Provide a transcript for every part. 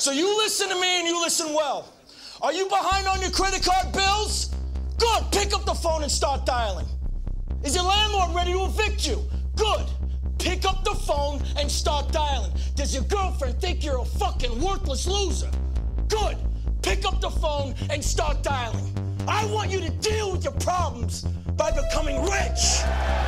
So you listen to me and you listen well. Are you behind on your credit card bills? Good, pick up the phone and start dialing. Is your landlord ready to evict you? Good, pick up the phone and start dialing. Does your girlfriend think you're a fucking worthless loser? Good, pick up the phone and start dialing. I want you to deal with your problems by becoming rich.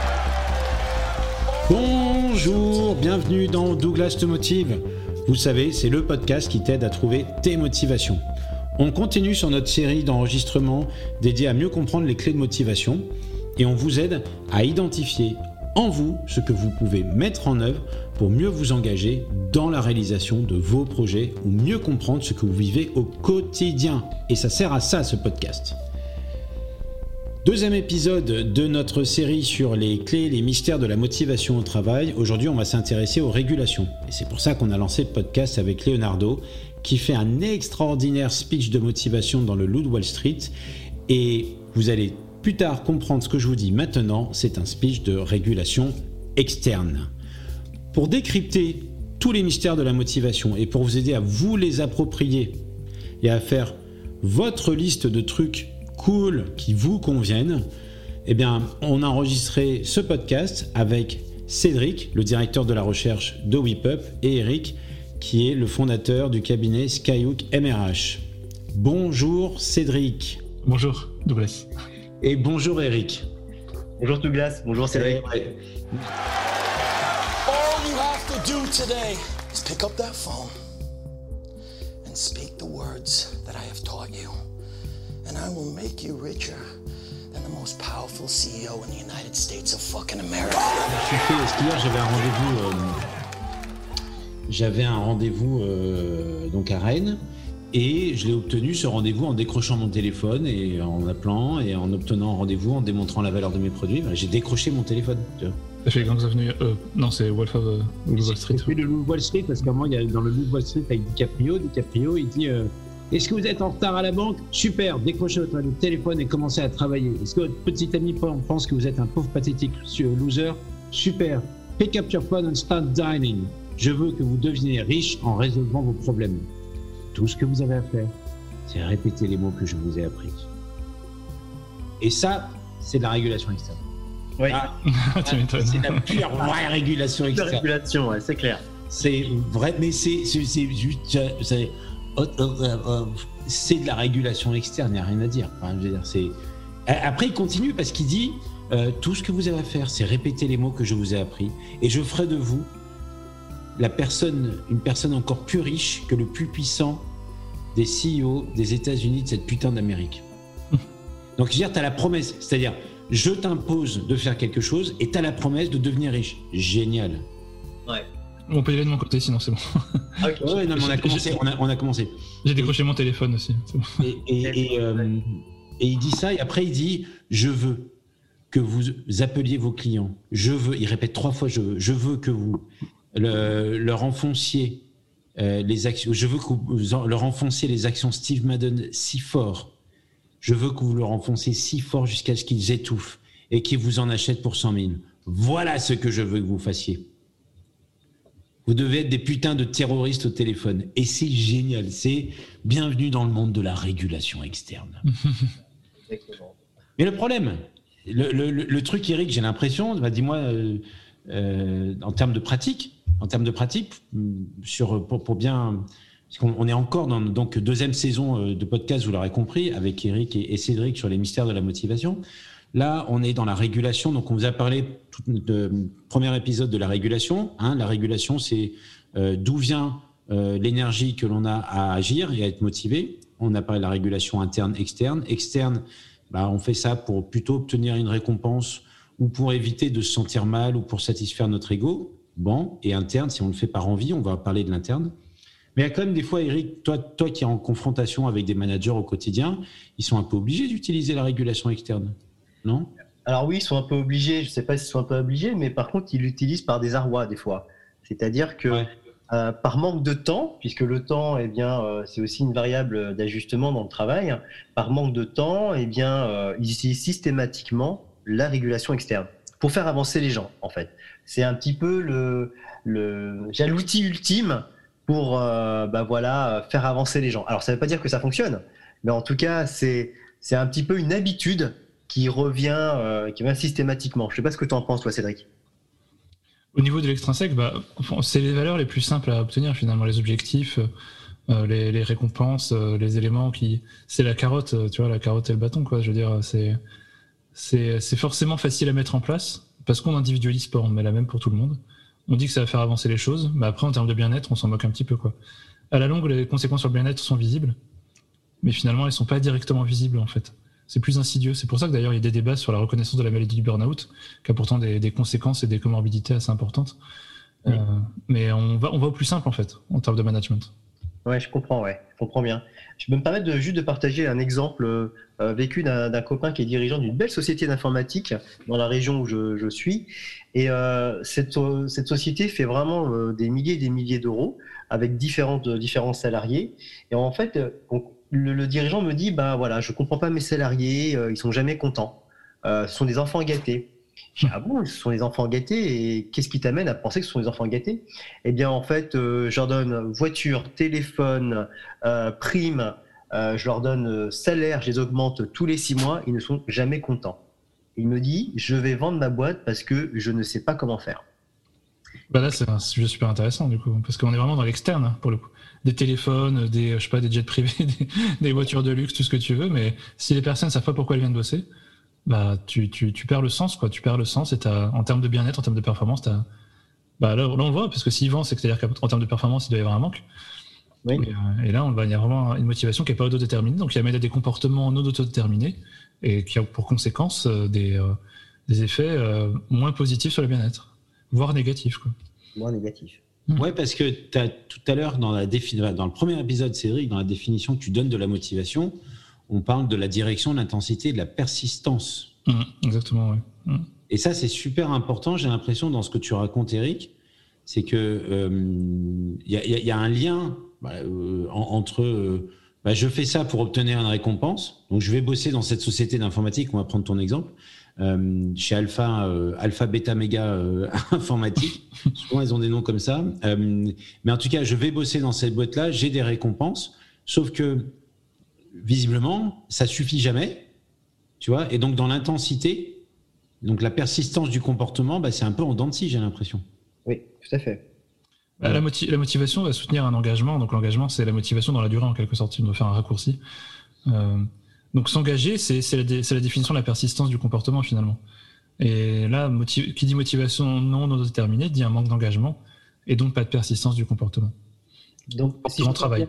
Bonjour, bienvenue dans Douglas te motive. Vous savez, c'est le podcast qui t'aide à trouver tes motivations. On continue sur notre série d'enregistrements dédiée à mieux comprendre les clés de motivation et on vous aide à identifier en vous ce que vous pouvez mettre en œuvre pour mieux vous engager dans la réalisation de vos projets ou mieux comprendre ce que vous vivez au quotidien. Et ça sert à ça, ce podcast. Deuxième épisode de notre série sur les clés, les mystères de la motivation au travail. Aujourd'hui, on va s'intéresser aux régulations. Et c'est pour ça qu'on a lancé le podcast avec Leonardo, qui fait un extraordinaire speech de motivation dans le Loup de Wall Street. Et vous allez plus tard comprendre ce que je vous dis maintenant, c'est un speech de régulation externe. Pour décrypter tous les mystères de la motivation et pour vous aider à vous les approprier et à faire votre liste de trucs cool qui vous conviennent, eh bien, on a enregistré ce podcast avec Cédric, le directeur de la recherche de WePup, et Eric, qui est le fondateur du cabinet Skyhook MRH. Bonjour Cédric. Bonjour Douglas. Et bonjour Eric. Bonjour Douglas, bonjour Cédric. All you have to do today is pick up that phone and speak the words that I have taught you. And I will make you richer than the most powerful CEO in the United States of fucking America. Hier, j'avais un rendez-vous donc à Rennes et je l'ai obtenu ce rendez-vous en décrochant mon téléphone et en appelant et en obtenant un rendez-vous en démontrant la valeur de mes produits. J'ai décroché mon téléphone. T'as fait Gangs Avenue non, c'est Wolf of Wall Street. C'est le Loup de Wall Street parce qu'à un moment, il y a dans le Loup de Wall Street avec DiCaprio, il dit est-ce que vous êtes en retard à la banque? Super, décrochez votre téléphone et commencez à travailler. Est-ce que votre petit ami pense que vous êtes un pauvre pathétique loser? Super, pick up your phone and start dialing. Je veux que vous deveniez riche en résolvant vos problèmes. Tout ce que vous avez à faire, c'est répéter les mots que je vous ai appris. Et ça, c'est de la régulation externe. Oui. C'est la pure vraie régulation externe. La régulation, ouais, c'est clair. C'est vrai, mais c'est juste... c'est de la régulation externe, il n'y a rien à dire. Enfin, je veux dire, Après, il continue parce qu'il dit tout ce que vous avez à faire, c'est répéter les mots que je vous ai appris et je ferai de vous une personne encore plus riche que le plus puissant des CEO des États-Unis de cette putain d'Amérique. Donc, je veux dire, tu as la promesse, c'est-à-dire, je t'impose de faire quelque chose et tu as la promesse de devenir riche. Génial. Ouais. On peut y aller de mon côté, sinon c'est bon. Okay. Ouais, non, mais on a commencé. J'ai décroché mon téléphone aussi. C'est bon. Et il dit ça, et après il dit « Je veux que vous appeliez vos clients. Il répète 3 fois « Je veux que vous leur enfonciez les actions. Je veux que vous leur enfonciez les actions Steve Madden si fort. Je veux que vous leur enfonciez si fort jusqu'à ce qu'ils étouffent et qu'ils vous en achètent pour 100 000. Voilà ce que je veux que vous fassiez. » Vous devez être des putains de terroristes au téléphone. Et c'est génial. C'est bienvenue dans le monde de la régulation externe. Exactement. Mais le problème, le truc, Eric, j'ai l'impression, dis-moi, en termes de pratique, pour bien... Parce qu'on est encore dans donc deuxième saison de podcast, vous l'aurez compris, avec Eric et Cédric sur les mystères de la motivation. Là, on est dans la régulation. Donc, on vous a parlé premier épisode de la régulation. La régulation, c'est d'où vient l'énergie que l'on a à agir et à être motivé. On a parlé de la régulation interne, externe. Externe, on fait ça pour plutôt obtenir une récompense ou pour éviter de se sentir mal ou pour satisfaire notre ego. Bon, et interne, si on le fait par envie, on va parler de l'interne. Mais il y a quand même des fois, Eric, toi qui es en confrontation avec des managers au quotidien, ils sont un peu obligés d'utiliser la régulation externe. Non ? Alors oui, ils sont un peu obligés, je ne sais pas s'ils sont un peu obligés, mais par contre, ils l'utilisent par désarroi des fois. C'est-à-dire que par manque de temps, puisque le temps, c'est aussi une variable d'ajustement dans le travail, par manque de temps, ils utilisent systématiquement la régulation externe pour faire avancer les gens, en fait. C'est un petit peu l'outil ultime pour faire avancer les gens. Alors ça ne veut pas dire que ça fonctionne, mais en tout cas c'est un petit peu une habitude qui revient systématiquement. Je ne sais pas ce que tu en penses, toi, Cédric. Au niveau de l'extrinsèque, c'est les valeurs les plus simples à obtenir finalement, les objectifs, les récompenses, les éléments c'est la carotte, tu vois, la carotte et le bâton, quoi. Je veux dire, c'est forcément facile à mettre en place parce qu'on individualise pas, on met la même pour tout le monde. On dit que ça va faire avancer les choses, mais après en termes de bien-être, on s'en moque un petit peu, quoi. À la longue, les conséquences sur le bien-être sont visibles, mais finalement, elles sont pas directement visibles en fait. C'est plus insidieux. C'est pour ça que d'ailleurs il y a des débats sur la reconnaissance de la maladie du burn-out, qui a pourtant des conséquences et des comorbidités assez importantes. Oui. Mais on va au plus simple en fait, en termes de management. Ouais, je comprends bien. Je peux me permettre juste de partager un exemple vécu d'un copain qui est dirigeant d'une belle société d'informatique dans la région où je suis. Et cette société fait vraiment des milliers et des milliers d'euros avec différents salariés. Et en fait, le dirigeant me dit, je comprends pas mes salariés, ils sont jamais contents. Ce sont des enfants gâtés. Je dis, ah bon, ce sont des enfants gâtés, et qu'est-ce qui t'amène à penser que ce sont des enfants gâtés? Eh bien, en fait, je leur donne voiture, téléphone, prime, je leur donne salaire, je les augmente tous les 6 mois, ils ne sont jamais contents. Il me dit, je vais vendre ma boîte parce que je ne sais pas comment faire. Là, c'est un sujet super intéressant, du coup, parce qu'on est vraiment dans l'externe, hein, pour le coup. Des téléphones, des jets privés, des voitures de luxe, tout ce que tu veux, mais si les personnes ne savent pas pourquoi elles viennent bosser, tu perds le sens, quoi. Tu perds le sens, et en termes de bien-être, en termes de performance, là on le voit, parce que s'ils vendent, c'est-à-dire qu'en termes de performance, il doit y avoir un manque. Oui. Et là, il y a vraiment une motivation qui n'est pas autodéterminée, donc qui amène à des comportements non autodéterminés, et qui a pour conséquence des effets moins positifs sur le bien-être, voire négatifs, quoi. Moins négatifs. Ouais, parce que tout à l'heure, dans le premier épisode, Cédric, dans la définition que tu donnes de la motivation, on parle de la direction, de l'intensité et de la persistance. Exactement, oui. Et ça, c'est super important, j'ai l'impression, dans ce que tu racontes, Eric, c'est que y a un lien entre je fais ça pour obtenir une récompense, donc je vais bosser dans cette société d'informatique, on va prendre ton exemple, chez Alpha Beta Méga Informatique, souvent ils ont des noms comme ça, mais en tout cas je vais bosser dans cette boîte-là, j'ai des récompenses, sauf que visiblement ça suffit jamais, tu vois, et donc dans l'intensité, donc la persistance du comportement, c'est un peu en dents de scie, j'ai l'impression. Oui, tout à fait. La motivation va soutenir un engagement, donc l'engagement c'est la motivation dans la durée en quelque sorte, si on doit faire un raccourci. Donc s'engager, c'est la définition de la persistance du comportement finalement. Et là, qui dit motivation non déterminée, dit un manque d'engagement et donc pas de persistance du comportement. Donc, si grand travail.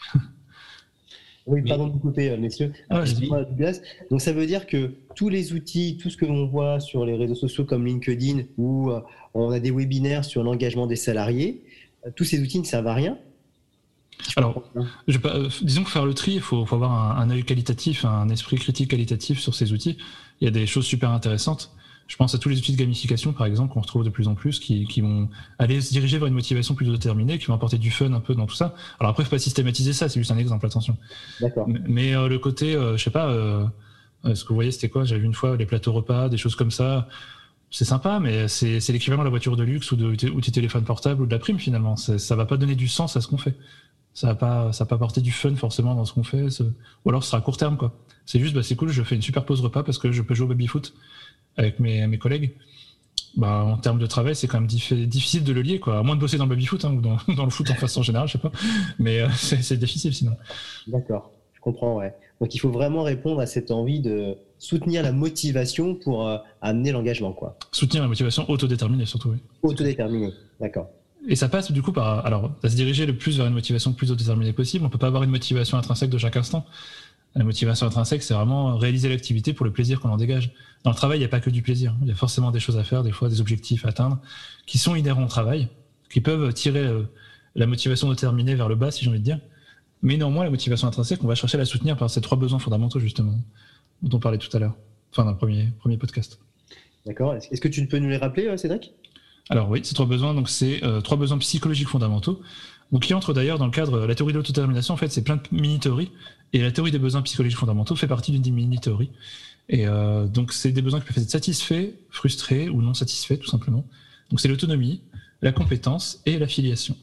Oui, pardon de vous couper, messieurs. Donc ça veut dire que tous les outils, tout ce que l'on voit sur les réseaux sociaux comme LinkedIn, où on a des webinaires sur l'engagement des salariés, tous ces outils ne servent à rien. Alors, disons que faire le tri, il faut avoir un œil qualitatif, un esprit critique qualitatif sur ces outils. Il y a des choses super intéressantes. Je pense à tous les outils de gamification, par exemple, qu'on retrouve de plus en plus, qui vont aller se diriger vers une motivation plus déterminée, qui vont apporter du fun un peu dans tout ça. Alors après, il ne faut pas systématiser ça, c'est juste un exemple, attention. D'accord. Mais le côté, ce que vous voyez, c'était quoi? J'avais vu une fois les plateaux repas, des choses comme ça. C'est sympa, mais c'est l'équivalent de la voiture de luxe ou du téléphone portable ou de la prime, finalement. Ça ne va pas donner du sens à ce qu'on fait. Ça va pas apporter du fun forcément dans ce qu'on fait. Ou alors ce sera à court terme, quoi. C'est juste, c'est cool, je fais une super pause repas parce que je peux jouer au baby-foot avec mes collègues. En termes de travail, c'est quand même difficile de le lier, quoi. À moins de bosser dans le baby-foot, ou dans le foot en façon générale, je sais pas. Mais c'est difficile sinon. D'accord, je comprends, ouais. Donc il faut vraiment répondre à cette envie de soutenir la motivation pour amener l'engagement, quoi. Soutenir la motivation autodéterminée, surtout, oui. Autodéterminée, d'accord. Et ça passe du coup à se diriger le plus vers une motivation plus autodéterminée possible. On peut pas avoir une motivation intrinsèque de chaque instant. La motivation intrinsèque, c'est vraiment réaliser l'activité pour le plaisir qu'on en dégage. Dans le travail, il n'y a pas que du plaisir. Il y a forcément des choses à faire, des fois des objectifs à atteindre, qui sont inhérents au travail, qui peuvent tirer la motivation déterminée vers le bas, si j'ai envie de dire. Mais néanmoins, la motivation intrinsèque, on va chercher à la soutenir par ces 3 besoins fondamentaux, justement, dont on parlait tout à l'heure, dans le premier podcast. D'accord. Est-ce que tu peux nous les rappeler, Cédric ? Alors oui, ces 3 besoins, donc c'est 3 besoins psychologiques fondamentaux, donc qui entrent d'ailleurs dans le cadre, la théorie de l'autodétermination, en fait, c'est plein de mini-théories, et la théorie des besoins psychologiques fondamentaux fait partie d'une des mini-théories. Et donc c'est des besoins qui peuvent être satisfaits, frustrés ou non satisfaits, tout simplement. Donc c'est l'autonomie, la compétence et l'affiliation.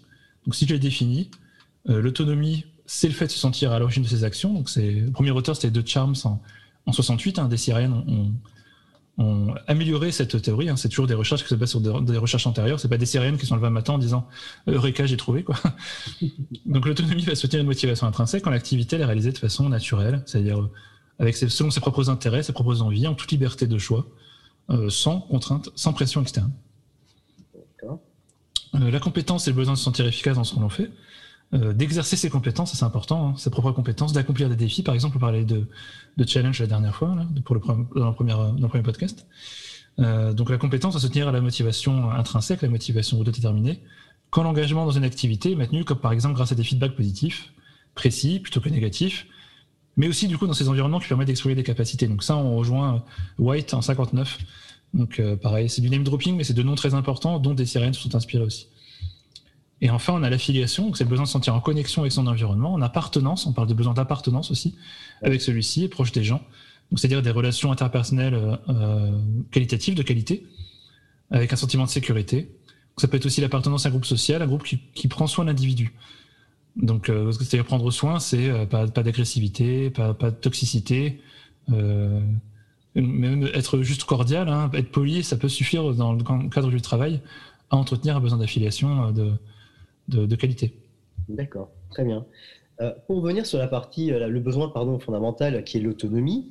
Donc si je l'ai défini, l'autonomie, c'est le fait de se sentir à l'origine de ses actions. Donc le premier auteur, c'était De Charms en 68. Des Syriennes ont amélioré cette théorie. C'est toujours des recherches qui se basent sur des recherches antérieures. C'est pas des Syriennes qui sont levées un matin en disant « Eureka, j'ai trouvé ». Donc l'autonomie va soutenir une motivation intrinsèque quand l'activité est réalisée de façon naturelle, c'est-à-dire selon ses propres intérêts, ses propres envies, en toute liberté de choix, sans contrainte, sans pression externe. La compétence, c'est le besoin de se sentir efficace dans ce que l'on fait, d'exercer ses compétences, ça c'est important, ses propres compétences, d'accomplir des défis. Par exemple, on parlait de challenge la dernière fois, là, dans le premier podcast. Donc la compétence va se tenir à la motivation intrinsèque, la motivation autodéterminée, quand l'engagement dans une activité est maintenu, comme par exemple grâce à des feedbacks positifs, précis, plutôt que négatifs, mais aussi du coup dans ces environnements qui permettent d'explorer des capacités. Donc ça, on rejoint White en 59. Donc pareil, c'est du name dropping, mais c'est de noms très importants dont des Syriennes se sont inspirés aussi. Et enfin, on a l'affiliation, donc c'est le besoin de se sentir en connexion avec son environnement, en appartenance, on parle de besoin d'appartenance aussi, avec celui-ci, et proche des gens. Donc c'est-à-dire des relations interpersonnelles qualitatives, de qualité, avec un sentiment de sécurité. Donc, ça peut être aussi l'appartenance à un groupe social, un groupe qui prend soin de l'individu. Donc c'est-à-dire prendre soin, c'est pas d'agressivité, pas de toxicité, même être juste cordial, être poli, ça peut suffire dans le cadre du travail à entretenir un besoin d'affiliation de qualité. D'accord, très bien. Pour revenir sur la partie, le besoin fondamental qui est l'autonomie,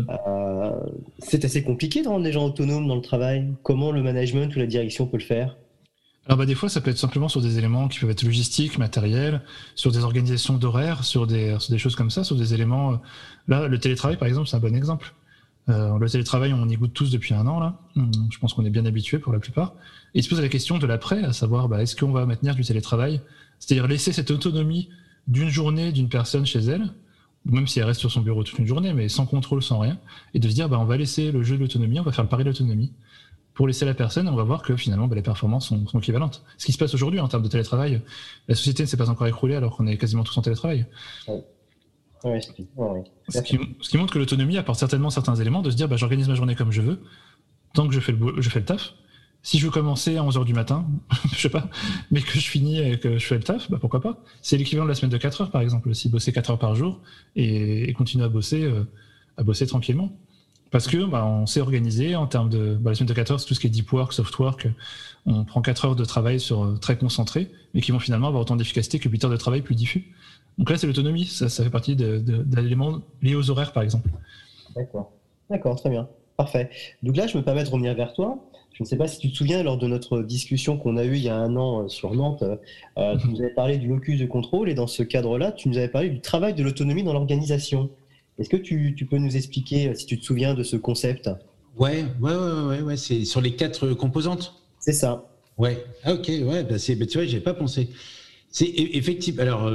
c'est assez compliqué de rendre les gens autonomes dans le travail. Comment le management ou la direction peut le faire ? Alors des fois, ça peut être simplement sur des éléments qui peuvent être logistiques, matériels, sur des organisations d'horaires, sur des choses comme ça, sur des éléments... Là, le télétravail, par exemple, c'est un bon exemple. Le télétravail, on y goûte tous depuis 1 an, là. Je pense qu'on est bien habitués pour la plupart. Et il se pose la question de l'après, à savoir, est-ce qu'on va maintenir du télétravail ? C'est-à-dire laisser cette autonomie d'une journée d'une personne chez elle, même si elle reste sur son bureau toute une journée, mais sans contrôle, sans rien, et de se dire, on va laisser le jeu de l'autonomie, on va faire le pari de l'autonomie, pour laisser la personne, on va voir que finalement, les performances sont équivalentes. Ce qui se passe aujourd'hui en termes de télétravail, la société ne s'est pas encore écroulée alors qu'on est quasiment tous en télétravail. Ouais, ce qui montre que l'autonomie apporte certainement certains éléments de se dire j'organise ma journée comme je veux, tant que je fais le taf. Si je veux commencer à 11h du matin, je sais pas, mais que je finis et que je fais le taf, pourquoi pas. C'est l'équivalent de la semaine de 4 heures par exemple, aussi bosser 4 heures par jour et continuer à bosser tranquillement. Parce que on s'est organisé en termes de la semaine de 4 heures, c'est tout ce qui est deep work, soft work, on prend 4 heures de travail très concentré, mais qui vont finalement avoir autant d'efficacité que 8 heures de travail plus diffus. Donc là, c'est l'autonomie, ça fait partie d'éléments liés aux horaires, par exemple. D'accord, très bien, parfait. Donc là, je me permets de revenir vers toi. Je ne sais pas si tu te souviens, lors de notre discussion qu'on a eue il y a 1 an sur Nantes, tu nous avais parlé du locus de contrôle, et dans ce cadre-là, tu nous avais parlé du travail de l'autonomie dans l'organisation. Est-ce que tu peux nous expliquer, si tu te souviens de ce concept ? Ouais, c'est sur les 4 composantes. C'est ça. Ouais, ok, tu vois, j'y avais pas pensé. C'est effectivement. Alors,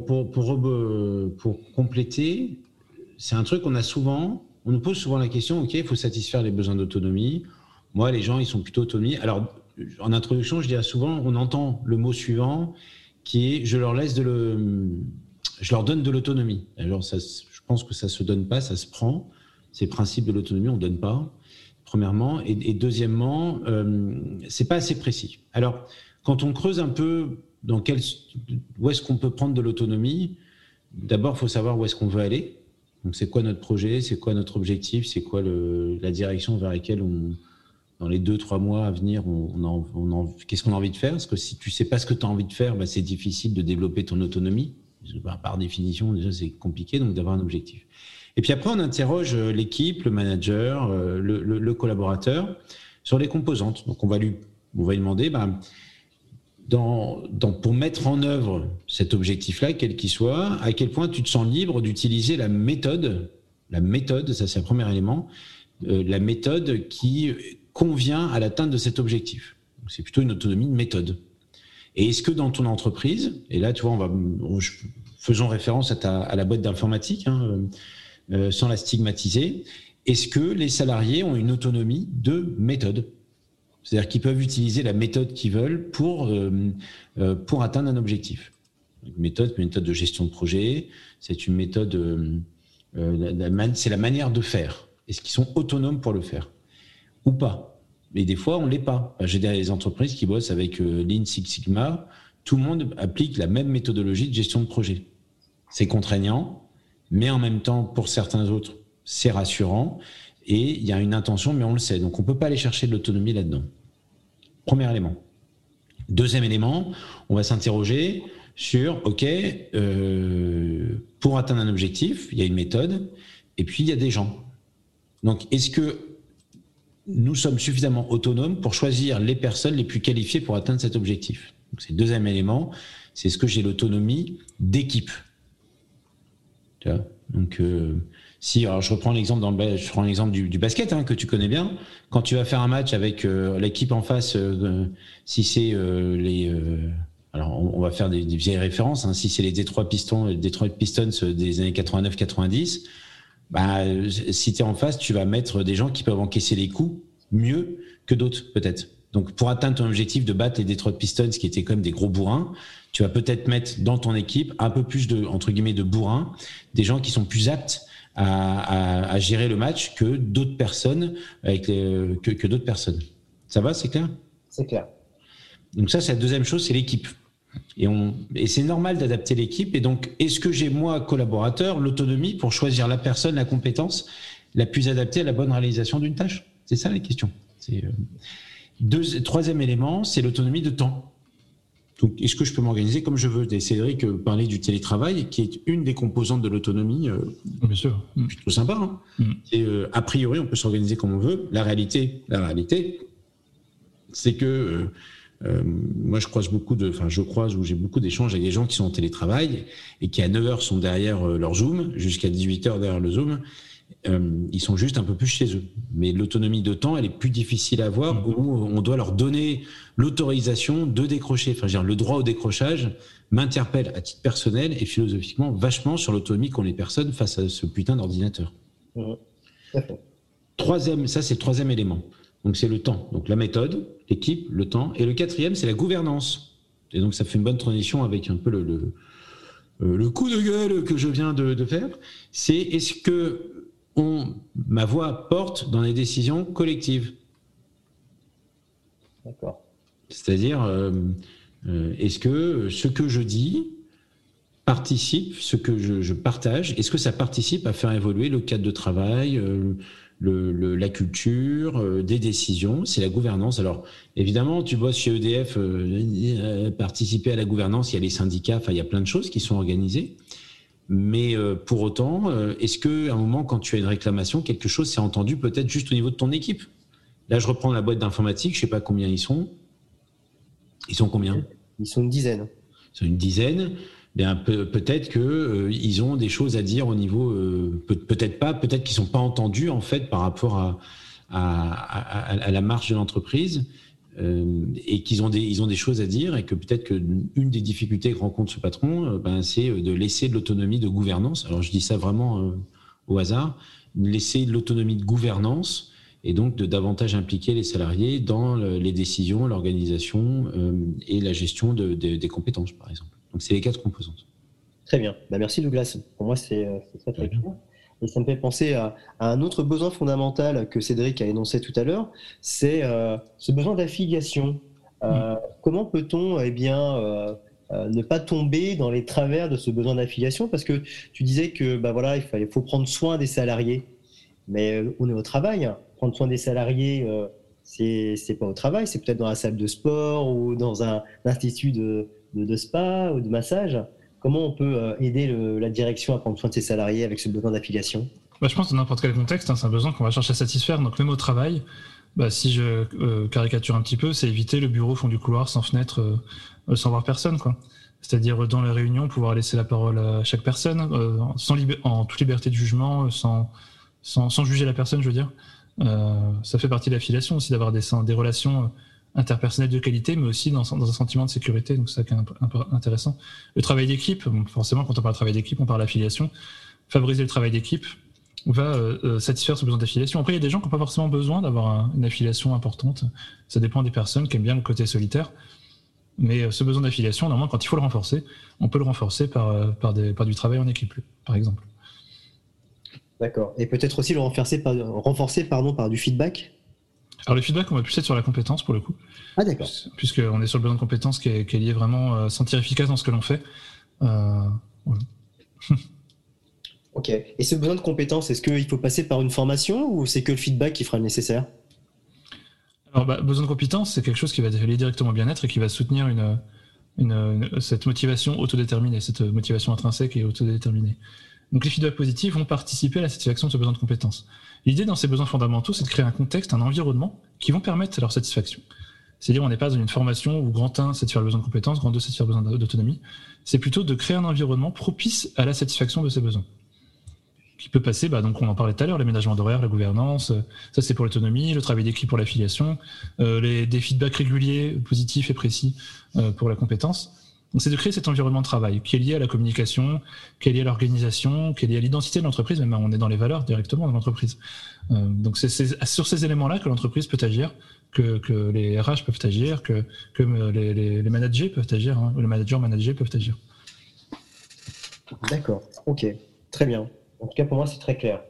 pour compléter, c'est un truc qu'on a souvent. On nous pose souvent la question. Ok, il faut satisfaire les besoins d'autonomie. Moi, les gens, ils sont plutôt autonomie. Alors, en introduction, je dirais souvent, on entend le mot suivant, qui est je leur donne de l'autonomie. Alors, ça, je pense que ça se donne pas, ça se prend. C'est le principe de l'autonomie, on donne pas. Premièrement, et deuxièmement, c'est pas assez précis. Alors, quand on creuse un peu où est-ce qu'on peut prendre de l'autonomie, d'abord, il faut savoir où est-ce qu'on veut aller. Donc, c'est quoi notre projet, c'est quoi notre objectif, c'est quoi la direction vers laquelle dans les 2-3 mois à venir, qu'est-ce qu'on a envie de faire ? Parce que si tu ne sais pas ce que tu as envie de faire, c'est difficile de développer ton autonomie. Par définition, déjà, c'est compliqué donc d'avoir un objectif. Et puis après, on interroge l'équipe, le manager, le collaborateur sur les composantes. Donc, on va lui demander... pour mettre en œuvre cet objectif-là, quel qu'il soit, à quel point tu te sens libre d'utiliser la méthode, ça c'est le premier élément, la méthode qui convient à l'atteinte de cet objectif. Donc, c'est plutôt une autonomie de méthode. Et est-ce que dans ton entreprise, et là tu vois, faisons référence à la boîte d'informatique, sans la stigmatiser, est-ce que les salariés ont une autonomie de méthode ? C'est-à-dire qu'ils peuvent utiliser la méthode qu'ils veulent pour atteindre un objectif. Une méthode de gestion de projet, c'est une méthode, c'est la manière de faire. Est-ce qu'ils sont autonomes pour le faire ou pas ? Mais des fois, on ne l'est pas. J'ai des entreprises qui bossent avec Lean Six Sigma, tout le monde applique la même méthodologie de gestion de projet. C'est contraignant, mais en même temps, pour certains autres, c'est rassurant. Et il y a une intention, mais on le sait. Donc, on ne peut pas aller chercher de l'autonomie là-dedans. Premier élément. Deuxième élément, on va s'interroger sur, pour atteindre un objectif, il y a une méthode, et puis il y a des gens. Donc, est-ce que nous sommes suffisamment autonomes pour choisir les personnes les plus qualifiées pour atteindre cet objectif? Donc, c'est le deuxième élément, c'est ce que j'ai l'autonomie d'équipe. Tu vois? Donc, alors je reprends l'exemple du basket que tu connais bien. Quand tu vas faire un match avec l'équipe en face, si c'est alors on va faire des vieilles références. Si c'est les Detroit Pistons des années 89-90, si tu es en face, tu vas mettre des gens qui peuvent encaisser les coups mieux que d'autres peut-être. Donc pour atteindre ton objectif de battre les Detroit Pistons, qui étaient quand même des gros bourrins, tu vas peut-être mettre dans ton équipe un peu plus entre guillemets de bourrins, des gens qui sont plus aptes à gérer le match que d'autres personnes que d'autres personnes. Ça va, c'est clair ? C'est clair. Donc ça, c'est la deuxième chose, c'est l'équipe. Et c'est normal d'adapter l'équipe. Et donc, est-ce que j'ai, moi, collaborateur, l'autonomie pour choisir la personne, la compétence la plus adaptée à la bonne réalisation d'une tâche ? C'est ça la question. Troisième élément, c'est l'autonomie de temps. Donc, est-ce que je peux m'organiser comme je veux ? Cédric parlait du télétravail, qui est une des composantes de l'autonomie. Bien sûr. Plutôt sympa. Et, a priori, on peut s'organiser comme on veut. La réalité, c'est que moi, j'ai beaucoup d'échanges avec des gens qui sont en télétravail et qui, à 9h, sont derrière leur Zoom, jusqu'à 18h derrière le Zoom. Ils sont juste un peu plus chez eux. Mais l'autonomie de temps, elle est plus difficile à avoir, où on doit leur donner l'autorisation de décrocher. Le droit au décrochage m'interpelle à titre personnel et philosophiquement vachement sur l'autonomie qu'ont les personnes face à ce putain d'ordinateur. C'est le troisième élément. Donc c'est le temps. Donc la méthode, l'équipe, le temps. Et le quatrième, c'est la gouvernance. Et donc ça fait une bonne transition avec un peu le coup de gueule que je viens de faire. C'est est-ce que ma voix porte dans les décisions collectives. D'accord. C'est-à-dire, est-ce que ce que je dis participe, ce que je partage, est-ce que ça participe à faire évoluer le cadre de travail, la culture, des décisions? C'est la gouvernance. Alors, évidemment, tu bosses chez EDF, participer à la gouvernance, il y a les syndicats, il y a plein de choses qui sont organisées. Mais pour autant, est-ce qu'à un moment, quand tu as une réclamation, quelque chose s'est entendu peut-être juste au niveau de ton équipe ? Là, je reprends la boîte d'informatique, je ne sais pas combien ils sont. Ils sont combien ? Ils sont une dizaine. Ils sont une dizaine. Bien, peut-être qu'ils ont des choses à dire au niveau... peut-être pas, peut-être qu'ils ne sont pas entendus en fait par rapport à la marche de l'entreprise. Et qu'ils ont des choses à dire et que peut-être qu'une des difficultés que rencontre ce patron, c'est de laisser de l'autonomie de gouvernance. Alors je dis ça vraiment au hasard, laisser de l'autonomie de gouvernance et donc de davantage impliquer les salariés dans les décisions, l'organisation et la gestion des compétences, par exemple. Donc c'est les 4 composantes. Très bien. Merci Douglas. Pour moi, c'est très très clair. Et ça me fait penser à un autre besoin fondamental que Cédric a énoncé tout à l'heure, c'est ce besoin d'affiliation. Comment peut-on ne pas tomber dans les travers de ce besoin d'affiliation ? Parce que tu disais que il faut prendre soin des salariés. Mais on est au travail. Prendre soin des salariés, c'est pas au travail, c'est peut-être dans la salle de sport ou dans un institut de spa ou de massage. Comment on peut aider la direction à prendre soin de ses salariés avec ce besoin d'affiliation ? Je pense que dans n'importe quel contexte, c'est un besoin qu'on va chercher à satisfaire. Donc même au travail, si je caricature un petit peu, c'est éviter le bureau au fond du couloir, sans fenêtre, sans voir personne, quoi. C'est-à-dire dans les réunions, pouvoir laisser la parole à chaque personne, en toute liberté de jugement, sans juger la personne, je veux dire. Ça fait partie de l'affiliation aussi, d'avoir des relations interpersonnel de qualité, mais aussi dans un sentiment de sécurité. Donc, c'est ça qui est un peu intéressant. Le travail d'équipe, forcément, quand on parle de travail d'équipe, on parle d'affiliation. Favoriser le travail d'équipe va satisfaire ce besoin d'affiliation. Après, il y a des gens qui n'ont pas forcément besoin d'avoir une affiliation importante. Ça dépend des personnes qui aiment bien le côté solitaire. Mais ce besoin d'affiliation, normalement, quand il faut le renforcer, on peut le renforcer par du travail en équipe, par exemple. D'accord. Et peut-être aussi le renforcer par du feedback ? Alors le feedback, on va plus être sur la compétence pour le coup. Ah d'accord. Puisqu'on est sur le besoin de compétence qui est lié vraiment sentir efficace dans ce que l'on fait. Voilà. Ok. Et ce besoin de compétence, est-ce qu'il faut passer par une formation ou c'est que le feedback qui fera le nécessaire? Alors besoin de compétence, c'est quelque chose qui va lier directement au bien-être et qui va soutenir cette motivation autodéterminée, cette motivation intrinsèque et autodéterminée. Donc les feedbacks positifs vont participer à la satisfaction de ce besoin de compétence. L'idée dans ces besoins fondamentaux, c'est de créer un contexte, un environnement qui vont permettre leur satisfaction. C'est-à-dire on n'est pas dans une formation où grand 1 satisfait le besoin de compétence, grand 2 satisfait le besoin d'autonomie. C'est plutôt de créer un environnement propice à la satisfaction de ces besoins. Qui peut passer, donc on en parlait tout à l'heure, l'aménagement d'horaire, la gouvernance, ça c'est pour l'autonomie, le travail d'équipe pour l'affiliation, des feedbacks réguliers, positifs et précis pour la compétence. Donc c'est de créer cet environnement de travail qui est lié à la communication, qui est lié à l'organisation, qui est lié à l'identité de l'entreprise, même on est dans les valeurs directement de l'entreprise. Donc c'est sur ces éléments-là que l'entreprise peut agir, que les RH peuvent agir, que les managers peuvent agir, ou les managers peuvent agir. D'accord, ok, très bien. En tout cas, pour moi, c'est très clair.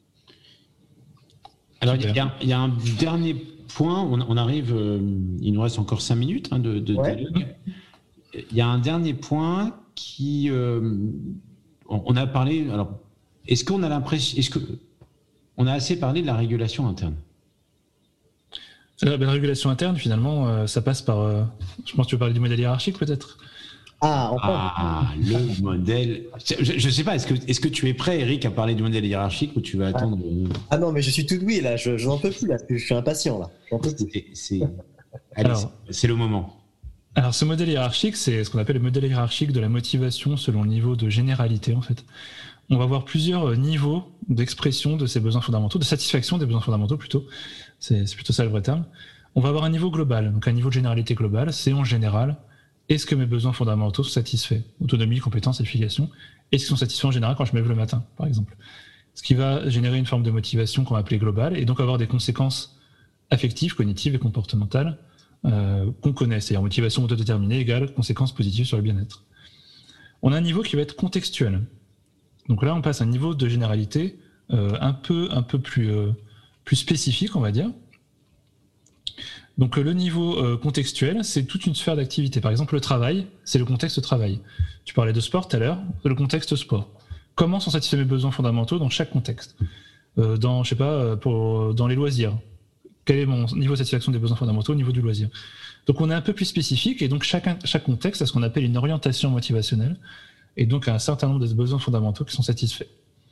Alors, il y a un dernier point. On arrive, il nous reste encore 5 minutes de dialogue. Il y a un dernier point qui... on a parlé... Alors, est-ce qu'on a l'impression... Est-ce qu'on a assez parlé de la régulation interne? La régulation interne, finalement, ça passe par... je pense que tu veux parler du modèle hiérarchique, peut-être? Le modèle. Je ne sais pas, est-ce que tu es prêt, Eric, à parler du modèle hiérarchique ou tu vas attendre? Ah non, mais je suis tout oui, là, je n'en peux plus, là, je suis impatient, là. C'est le moment. Alors, ce modèle hiérarchique, c'est ce qu'on appelle le modèle hiérarchique de la motivation selon le niveau de généralité, en fait. On va voir plusieurs niveaux d'expression de ces besoins fondamentaux, de satisfaction des besoins fondamentaux, plutôt. C'est plutôt ça le vrai terme. On va avoir un niveau global, donc un niveau de généralité globale, c'est en général... Est-ce que mes besoins fondamentaux sont satisfaits? Autonomie, compétence, efficacité. Est-ce qu'ils sont satisfaits en général quand je me lève le matin, par exemple? Ce qui va générer une forme de motivation qu'on va appeler globale et donc avoir des conséquences affectives, cognitives et comportementales qu'on connaît. C'est-à-dire motivation autodéterminée égale conséquences positives sur le bien-être. On a un niveau qui va être contextuel. Donc là, on passe à un niveau de généralité un peu plus spécifique, on va dire. Donc le niveau contextuel, c'est toute une sphère d'activité. Par exemple, le travail, c'est le contexte travail. Tu parlais de sport tout à l'heure, le contexte sport. Comment sont satisfaits mes besoins fondamentaux dans chaque contexte? Dans les loisirs. Quel est mon niveau de satisfaction des besoins fondamentaux au niveau du loisir? Donc on est un peu plus spécifique et donc chaque contexte a ce qu'on appelle une orientation motivationnelle et donc un certain nombre de besoins fondamentaux qui sont satisfaits.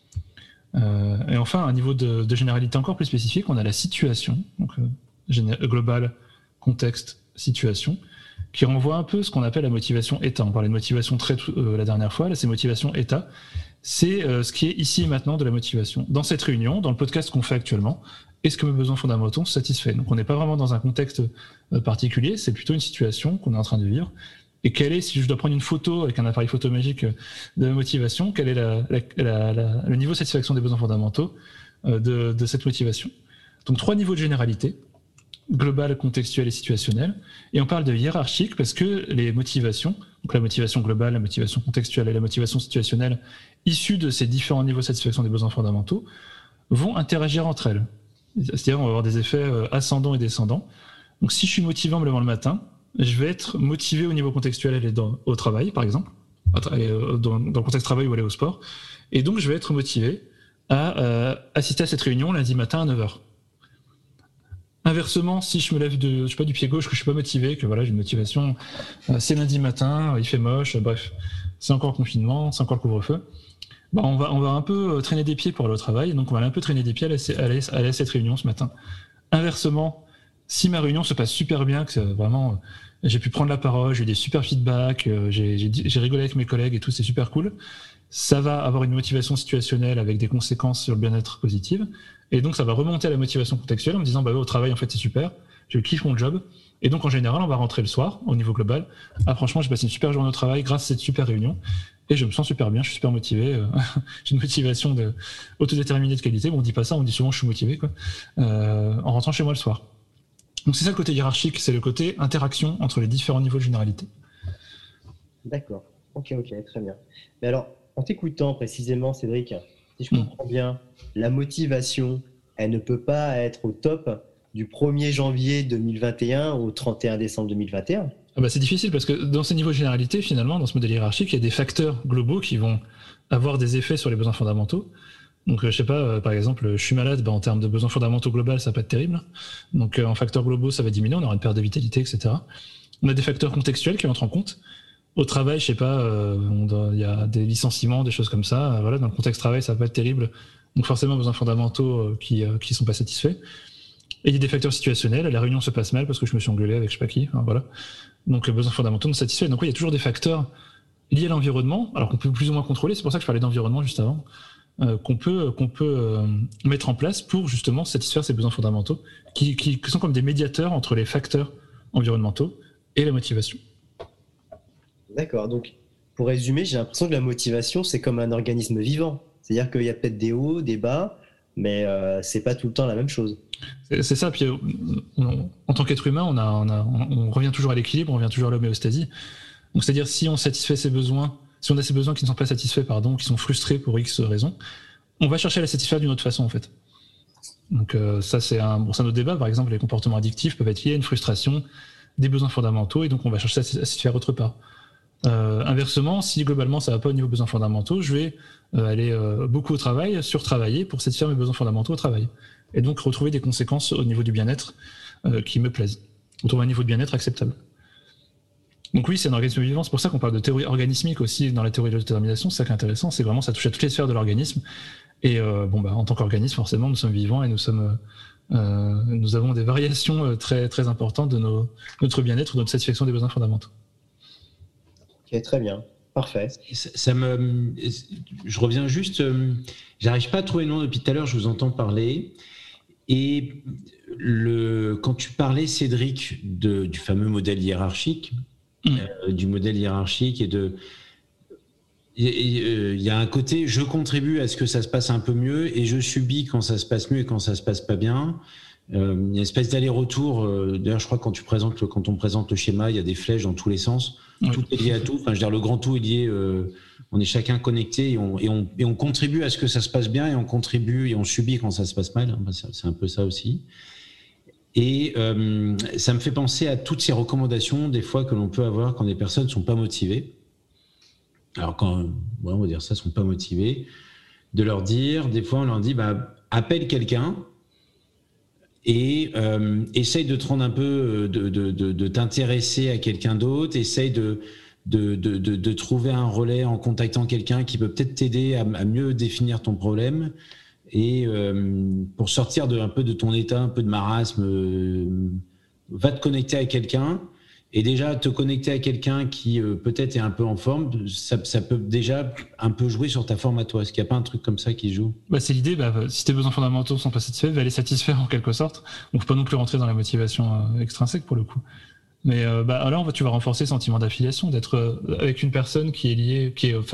Et enfin, à un niveau de généralité encore plus spécifique, on a la situation, donc global, contexte, situation, qui renvoie un peu ce qu'on appelle la motivation état. On parlait de motivation la dernière fois, là c'est motivation état. C'est ce qui est ici et maintenant de la motivation. Dans cette réunion, dans le podcast qu'on fait actuellement, est-ce que mes besoins fondamentaux sont satisfaits? Donc on n'est pas vraiment dans un contexte particulier, c'est plutôt une situation qu'on est en train de vivre. Et quelle est, si je dois prendre une photo avec un appareil photo magique de la motivation, quel est le niveau de satisfaction des besoins fondamentaux de cette motivation? Donc 3 niveaux de généralité: global, contextuel et situationnel. Et on parle de hiérarchique parce que les motivations, donc la motivation globale, la motivation contextuelle et la motivation situationnelle, issues de ces différents niveaux de satisfaction des besoins fondamentaux, vont interagir entre elles. C'est-à-dire on va avoir des effets ascendants et descendants. Donc si je suis motivé en me levant le matin, je vais être motivé au niveau contextuel et au travail, par exemple, dans le contexte travail ou aller au sport. Et donc je vais être motivé à assister à cette réunion lundi matin à 9h. Inversement, si je me lève du pied gauche, que je suis pas motivé, que voilà, j'ai une motivation, c'est lundi matin, il fait moche, bref, c'est encore le confinement, c'est encore le couvre-feu, on va un peu traîner des pieds pour aller au travail, donc on va un peu traîner des pieds à aller à cette réunion ce matin. Inversement, si ma réunion se passe super bien, que vraiment j'ai pu prendre la parole, j'ai eu des super feedbacks, j'ai rigolé avec mes collègues et tout, c'est super cool, ça va avoir une motivation situationnelle avec des conséquences sur le bien-être positives. Et donc, ça va remonter à la motivation contextuelle en me disant, au travail, en fait, c'est super, je kiffe mon job. Et donc, en général, on va rentrer le soir, au niveau global. Ah, franchement, j'ai passé une super journée au travail grâce à cette super réunion. Et je me sens super bien, je suis super motivé. J'ai une motivation autodéterminée de qualité. Bon, on dit pas ça, on dit souvent, je suis motivé, quoi. En rentrant chez moi le soir. Donc, c'est ça le côté hiérarchique, c'est le côté interaction entre les différents niveaux de généralité. D'accord. Ok, très bien. Mais alors, en t'écoutant précisément, Cédric, si je comprends bien, la motivation, elle ne peut pas être au top du 1er janvier 2021 au 31 décembre 2021? C'est difficile parce que dans ces niveaux de généralité, finalement, dans ce modèle hiérarchique, il y a des facteurs globaux qui vont avoir des effets sur les besoins fondamentaux. Donc, je sais pas, par exemple, je suis malade, en termes de besoins fondamentaux globaux, ça va pas être terrible. Donc, en facteurs globaux, ça va diminuer, on aura une perte de vitalité, etc. On a des facteurs contextuels qui entrent en compte. Au travail, je sais pas, il y a des licenciements, des choses comme ça. Voilà, dans le contexte travail, ça va pas être terrible. Donc, forcément, besoins fondamentaux qui sont pas satisfaits. Et il y a des facteurs situationnels. La réunion se passe mal parce que je me suis engueulé avec je sais pas qui. Voilà. Donc, besoins fondamentaux non satisfaits. Donc, oui, il y a toujours des facteurs liés à l'environnement, alors qu'on peut plus ou moins contrôler. C'est pour ça que je parlais d'environnement juste avant, qu'on peut mettre en place pour justement satisfaire ces besoins fondamentaux, qui sont comme des médiateurs entre les facteurs environnementaux et la motivation. D'accord. Donc, pour résumer, j'ai l'impression que la motivation, c'est comme un organisme vivant. C'est-à-dire qu'il y a peut-être des hauts, des bas, mais c'est pas tout le temps la même chose. C'est ça. Puis, en tant qu'être humain, on revient toujours à l'équilibre, on revient toujours à l'homéostasie. Donc, c'est-à-dire, si on satisfait ses besoins, si on a ces besoins qui ne sont pas satisfaits, qui sont frustrés pour X raisons, on va chercher à les satisfaire d'une autre façon, en fait. Donc, ça, c'est un autre débat. Par exemple, les comportements addictifs peuvent être liés à une frustration des besoins fondamentaux, et donc on va chercher à satisfaire autre part. Inversement, si globalement ça va pas au niveau besoins fondamentaux, je vais aller beaucoup au travail, surtravailler pour satisfaire mes besoins fondamentaux au travail. Et donc retrouver des conséquences au niveau du bien-être qui me plaisent. Retrouver un niveau de bien-être acceptable. Donc oui, c'est un organisme vivant, c'est pour ça qu'on parle de théorie organismique aussi dans la théorie de l'autodétermination. C'est ça qui est intéressant, c'est vraiment ça touche à toutes les sphères de l'organisme. Et en tant qu'organisme, forcément, nous sommes vivants et nous avons des variations très, très importantes de notre bien-être, de notre satisfaction des besoins fondamentaux. Ok, très bien, parfait. Je reviens juste, j'arrive pas à trouver le nom depuis tout à l'heure, je vous entends parler. Et quand tu parlais, Cédric, du fameux modèle hiérarchique, du modèle hiérarchique il y a un côté, je contribue à ce que ça se passe un peu mieux et je subis quand ça se passe mieux et quand ça se passe pas bien. Il y a une espèce d'aller-retour. D'ailleurs, je crois que quand on présente le schéma, il y a des flèches dans tous les sens. Oui. Tout est lié à tout. Enfin, je veux dire, le grand tout est lié. On est chacun connecté et on contribue à ce que ça se passe bien et on contribue et on subit quand ça se passe mal. C'est un peu ça aussi. Et ça me fait penser à toutes ces recommandations des fois que l'on peut avoir quand des personnes ne sont pas motivées. Alors on va dire ça, sont pas motivés, de leur dire, des fois on leur dit, appelle quelqu'un et essaye de te rendre un peu, de t'intéresser à quelqu'un d'autre, essaye de trouver un relais en contactant quelqu'un qui peut peut-être t'aider à mieux définir ton problème et pour sortir un peu de ton état, un peu de marasme, va te connecter à quelqu'un. Et déjà, te connecter à quelqu'un qui peut-être est un peu en forme, ça peut déjà un peu jouer sur ta forme à toi. Est-ce qu'il n'y a pas un truc comme ça qui joue ? C'est l'idée, si tes besoins fondamentaux ne sont pas satisfaits, va les satisfaire en quelque sorte. On ne peut pas non plus rentrer dans la motivation extrinsèque pour le coup. Mais là, tu vas renforcer le sentiment d'affiliation, d'être avec une personne qui est liée,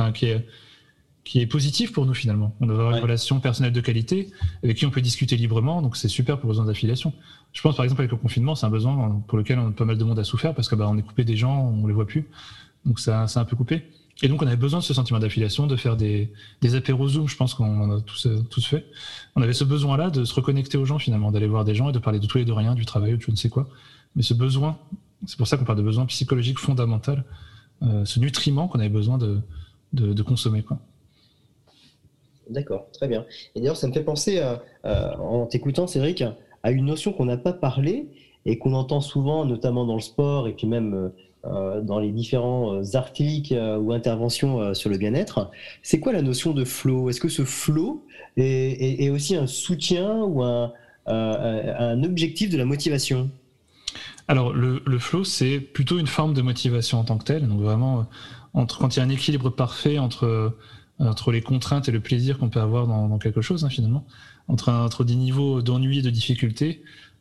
qui est positive pour nous finalement. On doit avoir une relation personnelle de qualité avec qui on peut discuter librement, donc c'est super pour besoin d'affiliation. Je pense par exemple avec le confinement, c'est un besoin pour lequel pas mal de monde a souffert parce que on est coupé des gens, on les voit plus, donc c'est un peu coupé. Et donc on avait besoin de ce sentiment d'affiliation, de faire des apéros Zoom, je pense qu'on en a tous fait. On avait ce besoin-là de se reconnecter aux gens finalement, d'aller voir des gens et de parler de tout et de rien, du travail ou de je ne sais quoi. Mais ce besoin, c'est pour ça qu'on parle de besoin psychologique fondamental, ce nutriment qu'on avait besoin de consommer, quoi. D'accord, très bien. Et d'ailleurs, ça me fait penser, en t'écoutant, Cédric, à une notion qu'on n'a pas parlé et qu'on entend souvent, notamment dans le sport et puis même dans les différents articles ou interventions sur le bien-être. C'est quoi la notion de flow ? Est-ce que ce flow est aussi un soutien ou un objectif de la motivation ? Alors, le flow, c'est plutôt une forme de motivation en tant que telle. Donc vraiment, quand il y a un équilibre parfait entre les contraintes et le plaisir qu'on peut avoir dans quelque chose, finalement, entre des niveaux d'ennui et de difficulté,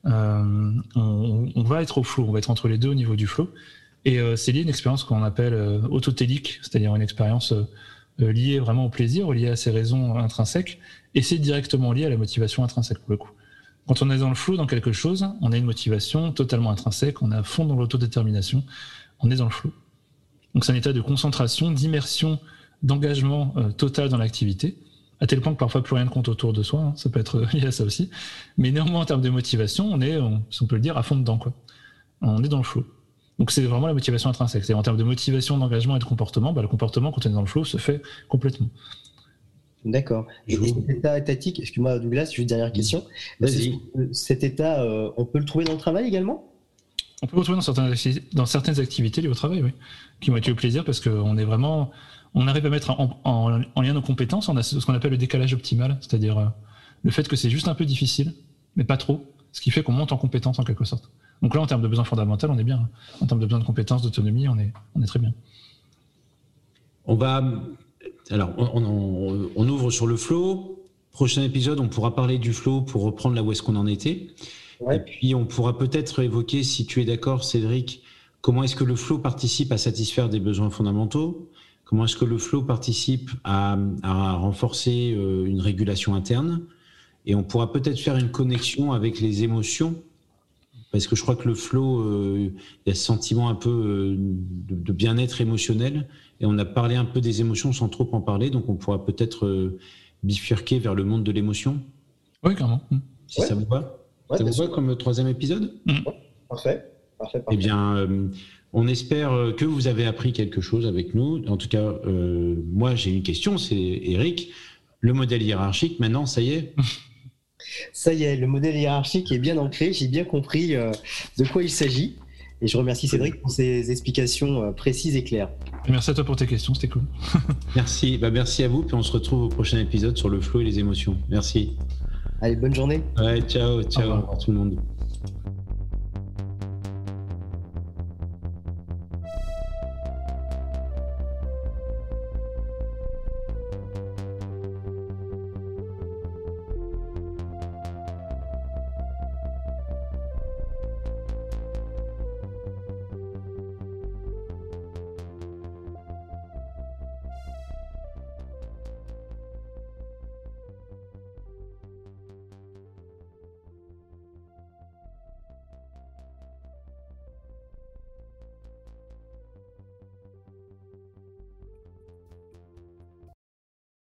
on va être au flow, on va être entre les deux au niveau du flow. Et c'est lié à une expérience qu'on appelle autotélique, c'est-à-dire une expérience liée vraiment au plaisir, liée à ses raisons intrinsèques, et c'est directement lié à la motivation intrinsèque pour le coup. Quand on est dans le flow dans quelque chose, on a une motivation totalement intrinsèque, on est à fond dans l'autodétermination, on est dans le flow. Donc c'est un état de concentration, d'immersion, d'engagement total dans l'activité, à tel point que parfois plus rien ne compte autour de soi, hein, ça peut être lié à ça aussi. Mais néanmoins, en termes de motivation, on est, si on peut le dire, à fond dedans, quoi. On est dans le flow. Donc c'est vraiment la motivation intrinsèque. C'est en termes de motivation, d'engagement et de comportement, le comportement, quand on est dans le flow, se fait complètement. D'accord. Et cet état étatique, excuse-moi Douglas, juste une dernière question. Vas-y. Cet état, on peut le trouver dans le travail également ? On peut le retrouver dans certaines activités liées au travail, oui, qui m'ont été au plaisir parce qu'on est vraiment, on arrive à mettre en lien nos compétences, on a ce qu'on appelle le décalage optimal, c'est-à-dire le fait que c'est juste un peu difficile, mais pas trop, ce qui fait qu'on monte en compétence en quelque sorte. Donc là, en termes de besoins fondamentaux, on est bien. En termes de besoins de compétences, d'autonomie, on est très bien. Alors, on ouvre sur le flow. Prochain épisode, on pourra parler du flow pour reprendre là où est-ce qu'on en était. Ouais. Et puis, on pourra peut-être évoquer, si tu es d'accord, Cédric, comment est-ce que le flow participe à satisfaire des besoins fondamentaux ? Comment est-ce que le flow participe à renforcer une régulation interne ? Et on pourra peut-être faire une connexion avec les émotions, parce que je crois que le flow, il y a ce sentiment un peu de bien-être émotionnel, et on a parlé un peu des émotions sans trop en parler, donc on pourra peut-être bifurquer vers le monde de l'émotion. Oui, clairement. Si ça vous va ? Ouais, ça vous va comme troisième épisode ? Parfait. Eh bien, on espère que vous avez appris quelque chose avec nous. En tout cas, moi, j'ai une question, c'est Eric. Le modèle hiérarchique, maintenant, ça y est ? Ça y est, le modèle hiérarchique est bien ancré. J'ai bien compris de quoi il s'agit. Et je remercie Cédric pour ses explications précises et claires. Merci à toi pour tes questions, c'était cool. Merci. Merci à vous. Puis on se retrouve au prochain épisode sur le flow et les émotions. Merci. Allez, bonne journée. Ouais, ciao à tout le monde.